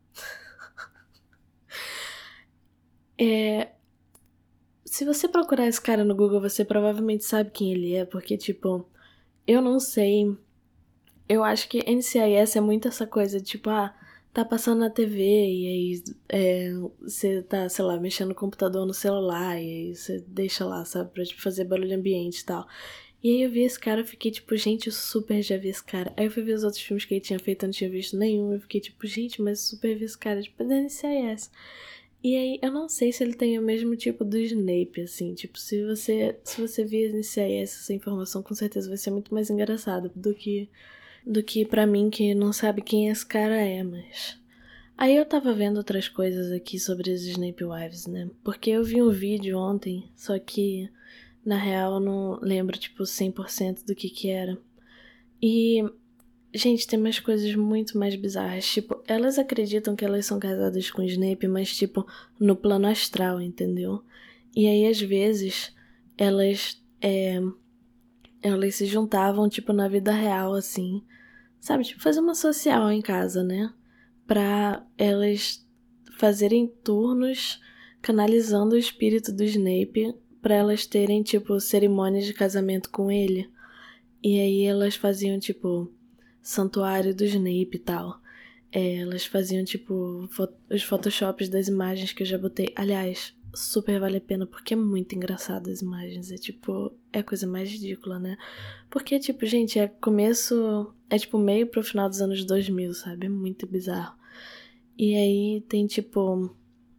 É... Se você procurar esse cara no Google, você provavelmente sabe quem ele é, porque, tipo, eu não sei... Eu acho que N C I S é muito essa coisa, tipo, ah, tá passando na T V e aí é, você tá, sei lá, mexendo no computador, no celular, e aí você deixa lá, sabe, pra tipo, fazer barulho ambiente e tal. E aí eu vi esse cara, eu fiquei tipo, gente, eu super já vi esse cara. Aí eu fui ver os outros filmes que ele tinha feito, eu não tinha visto nenhum, eu fiquei tipo, gente, mas eu super vi esse cara, tipo, é da N C I S. E aí, eu não sei se ele tem o mesmo tipo do Snape, assim, tipo, se você, se você vir N C I S, essa informação com certeza vai ser muito mais engraçado do que do que pra mim que não sabe quem esse cara é, mas... Aí eu tava vendo outras coisas aqui sobre as Snape Wives, né? Porque eu vi um vídeo ontem, só que na real eu não lembro, tipo, cem por cento do que que era. E, gente, tem umas coisas muito mais bizarras. Tipo, elas acreditam que elas são casadas com o Snape, mas, tipo, no plano astral, entendeu? E aí, às vezes, elas, é... Elas se juntavam, tipo, na vida real, assim... Sabe, tipo, fazer uma social em casa, né? Pra elas fazerem turnos canalizando o espírito do Snape pra elas terem, tipo, cerimônias de casamento com ele. E aí elas faziam, tipo, santuário do Snape e tal. É, elas faziam, tipo, fo- os photoshops das imagens que eu já botei. Aliás, super vale a pena porque é muito engraçado as imagens. É, tipo, é a coisa mais ridícula, né? Porque, tipo, gente, é começo... É, tipo, meio pro final dos anos dois mil, sabe? É muito bizarro. E aí tem, tipo...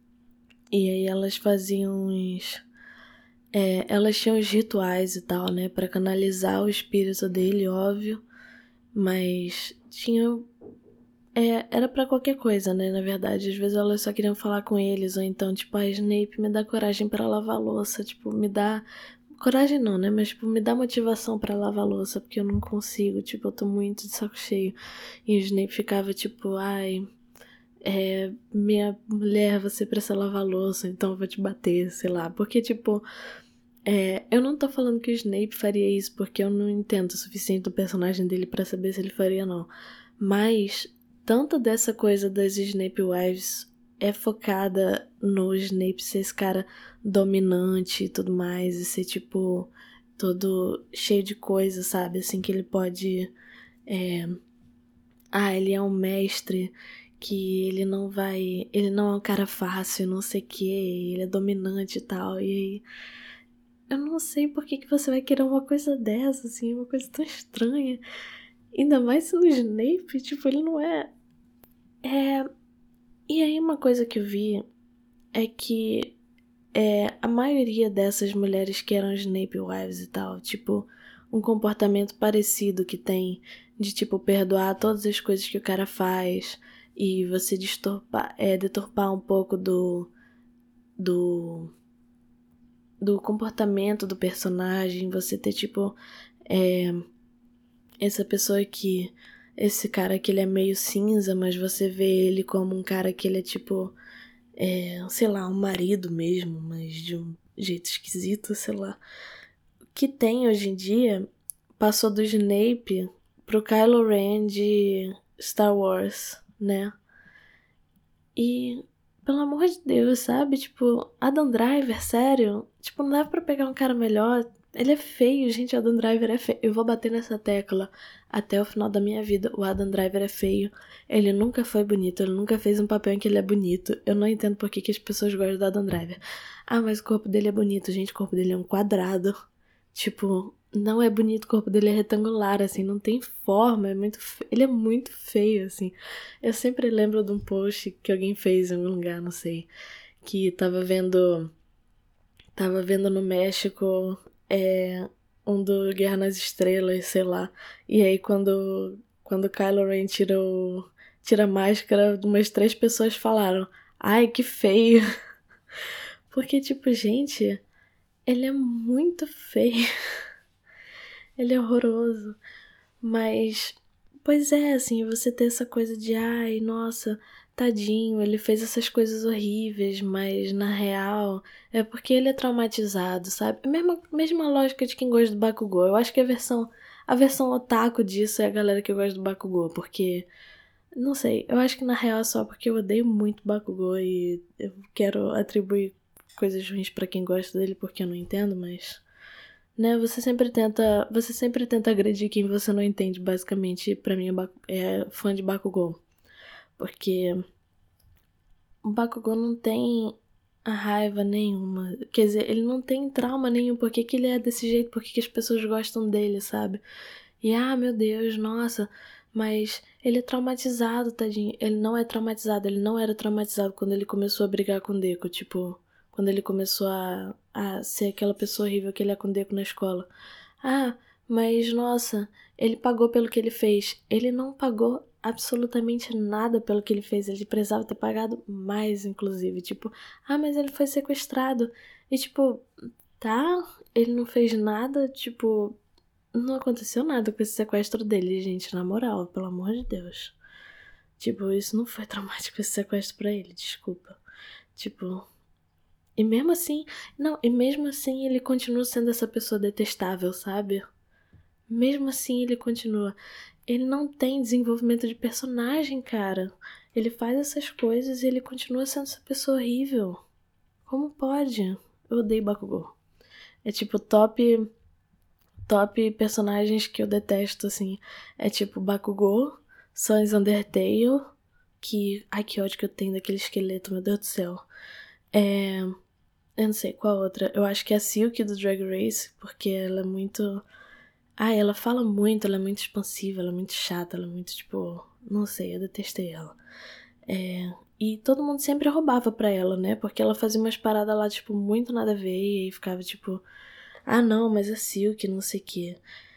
E aí elas faziam uns... É, elas tinham os rituais e tal, né? Pra canalizar o espírito dele, óbvio. Mas tinha... É, era pra qualquer coisa, né? Na verdade, às vezes elas só queriam falar com eles. Ou então, tipo, a Snape me dá coragem pra lavar a louça. Tipo, me dá... Coragem não, né? Mas, tipo, me dá motivação pra lavar a louça, porque eu não consigo, tipo, eu tô muito de saco cheio. E o Snape ficava, tipo, ai, é, minha mulher, você precisa lavar a louça, então eu vou te bater, sei lá. Porque, tipo, é, eu não tô falando que o Snape faria isso, porque eu não entendo o suficiente do personagem dele pra saber se ele faria, não. Mas, tanto dessa coisa das Snape Wives é focada no Snape ser esse cara dominante e tudo mais, e ser, tipo, todo cheio de coisa, sabe? Assim, que ele pode... É... Ah, ele é um mestre, que ele não vai... Ele não é um cara fácil, não sei o quê, ele é dominante e tal, e aí... Eu não sei por que, que você vai querer uma coisa dessa, assim, uma coisa tão estranha. Ainda mais sendo o Snape, tipo, ele não é... É... E aí uma coisa que eu vi é que é, a maioria dessas mulheres que eram Snape Wives e tal, tipo, um comportamento parecido que tem de, tipo, perdoar todas as coisas que o cara faz e você distorpar, é, deturpar um pouco do... do... do comportamento do personagem, você ter, tipo, é, essa pessoa que... Esse cara que ele é meio cinza, mas você vê ele como um cara que ele é, tipo... É, sei lá, um marido mesmo, mas de um jeito esquisito, sei lá. O que tem hoje em dia passou do Snape pro Kylo Ren de Star Wars, né? E, pelo amor de Deus, sabe? Tipo, Adam Driver, sério? Tipo, não dá pra pegar um cara melhor. Ele é feio, gente, Adam Driver é feio. Eu vou bater nessa tecla até o final da minha vida. O Adam Driver é feio. Ele nunca foi bonito, ele nunca fez um papel em que ele é bonito. Eu não entendo por que, que as pessoas gostam do Adam Driver. Ah, mas o corpo dele é bonito, gente, o corpo dele é um quadrado. Tipo, não é bonito, o corpo dele é retangular, assim, não tem forma, é muito fe... ele é muito feio, assim. Eu sempre lembro de um post que alguém fez em algum lugar, não sei, que tava vendo, tava vendo no México, é, um do Guerra nas Estrelas, sei lá, e aí quando, quando Kylo Ren tira, o, tira a máscara, umas três pessoas falaram, ai, que feio. Porque, tipo, gente, ele é muito feio. Ele é horroroso. Mas, pois é, assim, você ter essa coisa de, ai, nossa, tadinho, ele fez essas coisas horríveis, mas na real é porque ele é traumatizado, sabe? A mesma, mesma lógica de quem gosta do Bakugou. Eu acho que a versão, a versão otaku disso é a galera que gosta do Bakugou, porque, não sei, eu acho que na real é só porque eu odeio muito Bakugou e eu quero atribuir coisas ruins pra quem gosta dele porque eu não entendo, mas... Né, você sempre tenta, você sempre tenta agredir quem você não entende, basicamente, pra mim é, Ba- é fã de Bakugou. Porque o Bakugou não tem a raiva nenhuma. Quer dizer, ele não tem trauma nenhum. Por que que ele é desse jeito? Por que que as pessoas gostam dele, sabe? E, ah, meu Deus, nossa, mas ele é traumatizado, tadinho. Ele não é traumatizado, ele não era traumatizado quando ele começou a brigar com o Deco, tipo, quando ele começou a, a ser aquela pessoa horrível que ele é com o Deco na escola. Ah, mas nossa, ele pagou pelo que ele fez. Ele não pagou absolutamente nada pelo que ele fez. Ele precisava ter pagado mais, inclusive. Tipo, ah, mas ele foi sequestrado. E tipo, tá, ele não fez nada, tipo, não aconteceu nada com esse sequestro dele, gente, na moral, pelo amor de Deus. Tipo, isso não foi traumático esse sequestro pra ele, desculpa. Tipo, e mesmo assim, não, e mesmo assim ele continua sendo essa pessoa detestável, sabe? Mesmo assim ele continua. Ele não tem desenvolvimento de personagem, cara. Ele faz essas coisas e ele continua sendo essa pessoa horrível. Como pode? Eu odeio Bakugou. É tipo top top personagens que eu detesto, assim. É tipo Bakugou, Sans Undertale, que... Ai, que ódio que eu tenho daquele esqueleto, meu Deus do céu. É... Eu não sei qual outra. Eu acho que é a Silk do Drag Race, porque ela é muito... Ah, ela fala muito, ela é muito expansiva, ela é muito chata, ela é muito, tipo... Não sei, eu detestei ela. É... E todo mundo sempre roubava pra ela, né? Porque ela fazia umas paradas lá, tipo, muito nada a ver, e aí ficava, tipo... Ah, não, mas a Silk, não sei o quê.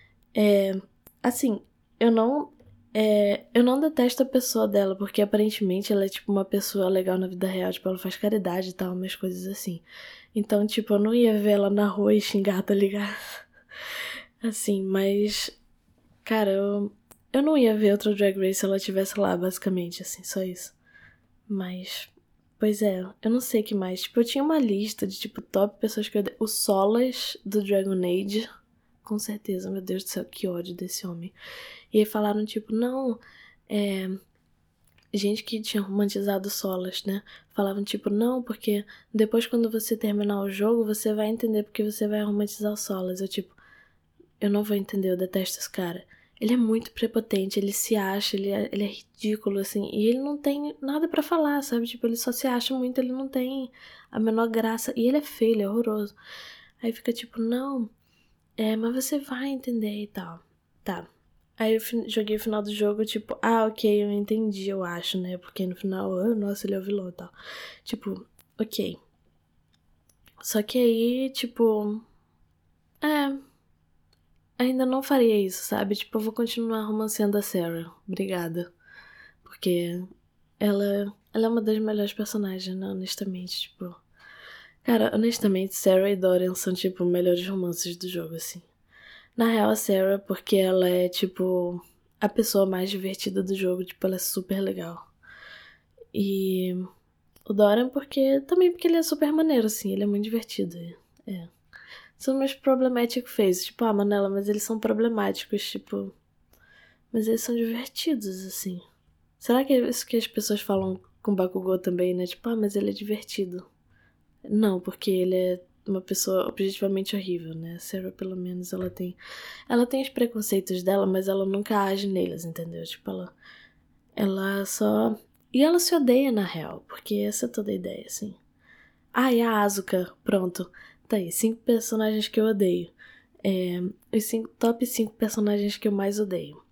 É, assim, eu não. É, eu não detesto a pessoa dela, porque aparentemente ela é tipo uma pessoa legal na vida real, tipo, ela faz caridade e tal, umas coisas assim. Então, tipo, eu não ia ver ela na rua e xingar, tá ligado? Assim, mas. Cara, eu. Eu não ia ver outra Drag Race se ela estivesse lá, basicamente, assim, só isso. Mas. Pois é, eu não sei o que mais. Tipo, eu tinha uma lista de, tipo, top pessoas que eu. O Solas do Dragon Age. Com certeza, meu Deus do céu, que ódio desse homem. E aí falaram, tipo, não, é... Gente que tinha romantizado Solas, né? Falavam, tipo, não, porque depois quando você terminar o jogo, você vai entender porque você vai romantizar o Solas. Eu, tipo, eu não vou entender, eu detesto esse cara. Ele é muito prepotente, ele se acha, ele é, ele é ridículo, assim, e ele não tem nada pra falar, sabe? Tipo, ele só se acha muito, ele não tem a menor graça. E ele é feio, ele é horroroso. Aí fica tipo, não, é, mas você vai entender e tal. Tá. Aí eu fin- joguei o final do jogo, tipo, ah, ok, eu entendi, eu acho, né? Porque no final, ah, nossa, ele é o vilão e tal. Tipo, ok. Só que aí, tipo, é, ainda não faria isso, sabe? Tipo, eu vou continuar romanceando a Sarah. Obrigada. Porque ela, ela é uma das melhores personagens, né? Honestamente, tipo. Cara, honestamente, Sarah e Dorian são, tipo, melhores romances do jogo, assim. Na real, a Sarah, porque ela é, tipo, a pessoa mais divertida do jogo, tipo, ela é super legal. E o Dorian, porque. Também porque ele é super maneiro, assim, ele é muito divertido. É. São meus problematic faces, tipo, ah, Manela, mas eles são problemáticos, tipo. Mas eles são divertidos, assim. Será que é isso que as pessoas falam com Bakugou também, né? Tipo, ah, mas ele é divertido. Não, porque ele é uma pessoa objetivamente horrível, né? A Sarah, pelo menos, ela tem. Ela tem os preconceitos dela, mas ela nunca age neles, entendeu? Tipo, ela. Ela só. E ela se odeia, na real, porque essa é toda a ideia, assim. Ah, e a Asuka, pronto. Tá aí, cinco personagens que eu odeio. É, os cinco, top cinco personagens que eu mais odeio.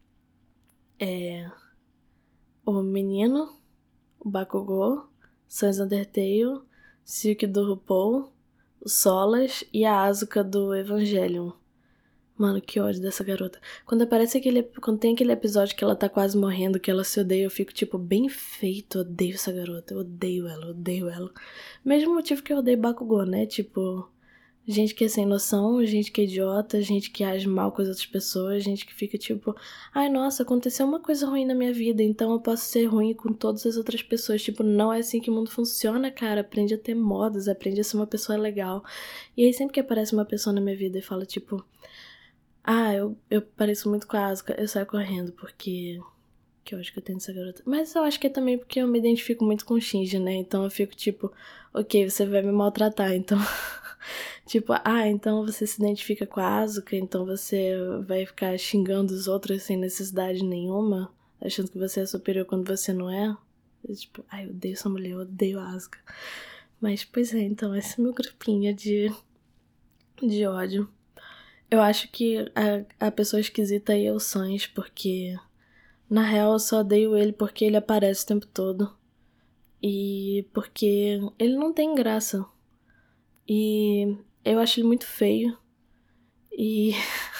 É. O menino, o Bakugou, Sans Undertale, Silk do RuPaul, o Solas e a Asuka do Evangelion. Mano, que ódio dessa garota. Quando aparece aquele. Quando tem aquele episódio que ela tá quase morrendo, que ela se odeia, eu fico tipo, bem feito. Eu odeio essa garota. Eu odeio ela, eu odeio ela. Mesmo motivo que eu odeio Bakugou, né? Tipo. Gente que é sem noção, gente que é idiota, gente que age mal com as outras pessoas, gente que fica tipo, ai nossa, aconteceu uma coisa ruim na minha vida, então eu posso ser ruim com todas as outras pessoas. Tipo, não é assim que o mundo funciona, cara. Aprende a ter modos, aprende a ser uma pessoa legal. E aí sempre que aparece uma pessoa na minha vida e fala tipo, ah, eu, eu pareço muito com a Asuka, eu saio correndo, porque. Que eu acho que eu tenho essa garota. Mas eu acho que é também porque eu me identifico muito com o Shinji, né? Então eu fico tipo, ok, você vai me maltratar, então. Tipo, ah, então você se identifica com a Asuka, então você vai ficar xingando os outros sem necessidade nenhuma, achando que você é superior quando você não é. Eu, tipo, ai, eu odeio essa mulher, eu odeio a Asuka. Mas, pois é, então, esse é meu grupinho de, de ódio. Eu acho que a, a pessoa esquisita aí é o Sans, porque na real eu só odeio ele porque ele aparece o tempo todo. E porque ele não tem graça. E eu acho ele muito feio. E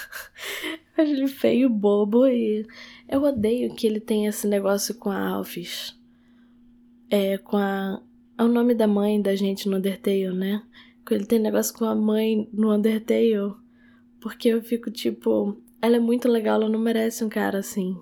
eu acho ele feio, bobo. E eu odeio que ele tem esse negócio com a Alphys. É, com a. É o nome da mãe da gente no Undertale, né? Que ele tem negócio com a mãe no Undertale. Porque eu fico tipo. Ela é muito legal, ela não merece um cara assim.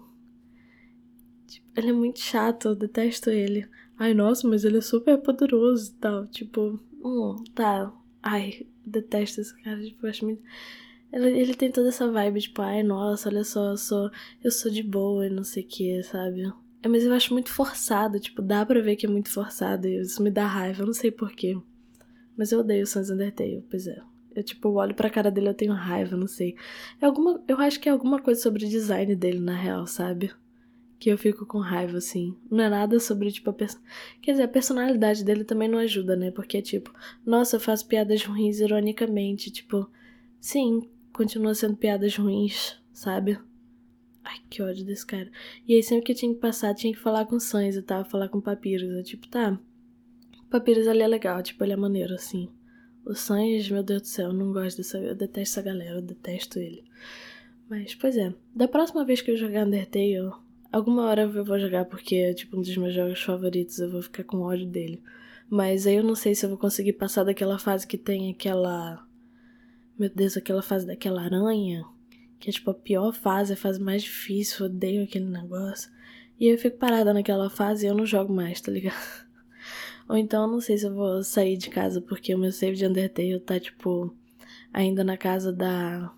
Tipo, ele é muito chato, eu detesto ele. Ai, nossa, mas ele é super poderoso e tal. Tipo, hum, tá. Ai, detesto esse cara. Tipo, eu acho muito. Ele, ele tem toda essa vibe, tipo, ai, nossa, olha só, eu sou, eu sou de boa e não sei o que, sabe? É, mas eu acho muito forçado, tipo, dá pra ver que é muito forçado e isso me dá raiva, eu não sei porquê. Mas eu odeio o Sans Undertale, pois é. Eu, tipo, olho pra cara dele e eu tenho raiva, não sei. É alguma, eu acho que é alguma coisa sobre o design dele, na real, sabe? Que eu fico com raiva, assim. Não é nada sobre, tipo, a person... Quer dizer, a personalidade dele também não ajuda, né? Porque é tipo, nossa, eu faço piadas ruins ironicamente. Tipo, sim, continua sendo piadas ruins, sabe? Ai, que ódio desse cara. E aí, sempre que eu tinha que passar, tinha que falar com o Sans e tal, falar com o Papyrus. Eu, tipo, tá, o Papyrus ali é legal, tipo, ele é maneiro, assim. O Sans, meu Deus do céu, eu não gosto dessa... Eu detesto essa galera, eu detesto ele. Mas, pois é, da próxima vez que eu jogar Undertale, alguma hora eu vou jogar porque é tipo um dos meus jogos favoritos, eu vou ficar com ódio dele. Mas aí eu não sei se eu vou conseguir passar daquela fase que tem aquela... Meu Deus, aquela fase daquela aranha, que é tipo a pior fase, a fase mais difícil, eu odeio aquele negócio. E eu fico parada naquela fase e eu não jogo mais, tá ligado? Ou então eu não sei se eu vou sair de casa porque o meu save de Undertale tá tipo ainda na casa da...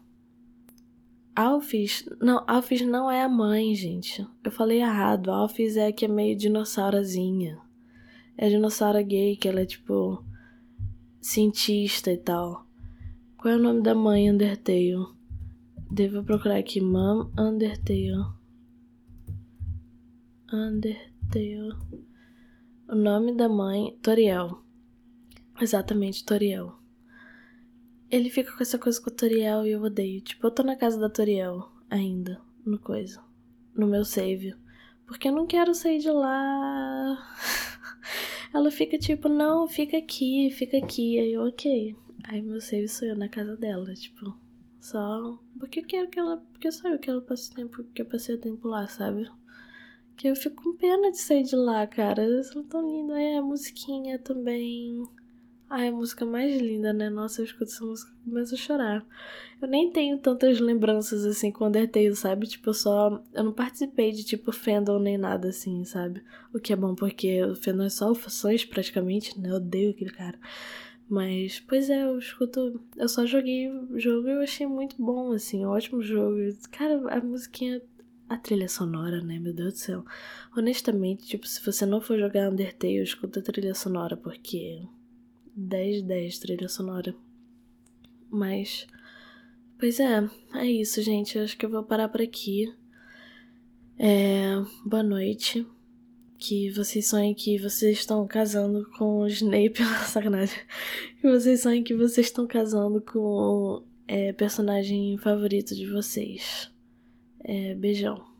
Alphys? Não, Alphys não é a mãe, gente. Eu falei errado. Alphys é a que é meio dinossaurozinha. É a dinossauro gay, que ela é tipo cientista e tal. Qual é o nome da mãe Undertale? Devo procurar aqui. Mom Undertale. Undertale. O nome da mãe... Toriel. Exatamente, Toriel. Ele fica com essa coisa com a Toriel e eu odeio. Tipo, eu tô na casa da Toriel ainda. no coisa, no meu save. Porque eu não quero sair de lá. Ela fica tipo, não, fica aqui, fica aqui. Aí eu, ok. Aí meu save sou eu na casa dela, tipo, só porque eu quero que ela, porque só eu que ela passe o tempo, que eu passei o tempo lá, sabe? Que eu fico com pena de sair de lá, cara. Eles são tão lindos. Aí a musiquinha também. Ai, a música mais linda, né? Nossa, eu escuto essa música e começo a chorar. Eu nem tenho tantas lembranças, assim, com Undertale, sabe? Tipo, eu só... Eu não participei de, tipo, fandom nem nada, assim, sabe? O que é bom, porque o fandom é só fações, praticamente, né? Eu odeio aquele cara. Mas, pois é, eu escuto... Eu só joguei o jogo e eu achei muito bom, assim. Um ótimo jogo. Cara, a musiquinha... A trilha sonora, né? Meu Deus do céu. Honestamente, tipo, se você não for jogar Undertale, escuta a trilha sonora, porque... dez de dez trilha sonora. Mas, pois é, é isso, gente. Eu acho que eu vou parar por aqui. É, boa noite. Que vocês sonhem que vocês estão casando com o Snape. Sacanagem. Que vocês sonhem que vocês estão casando com o é, personagem favorito de vocês. É, beijão.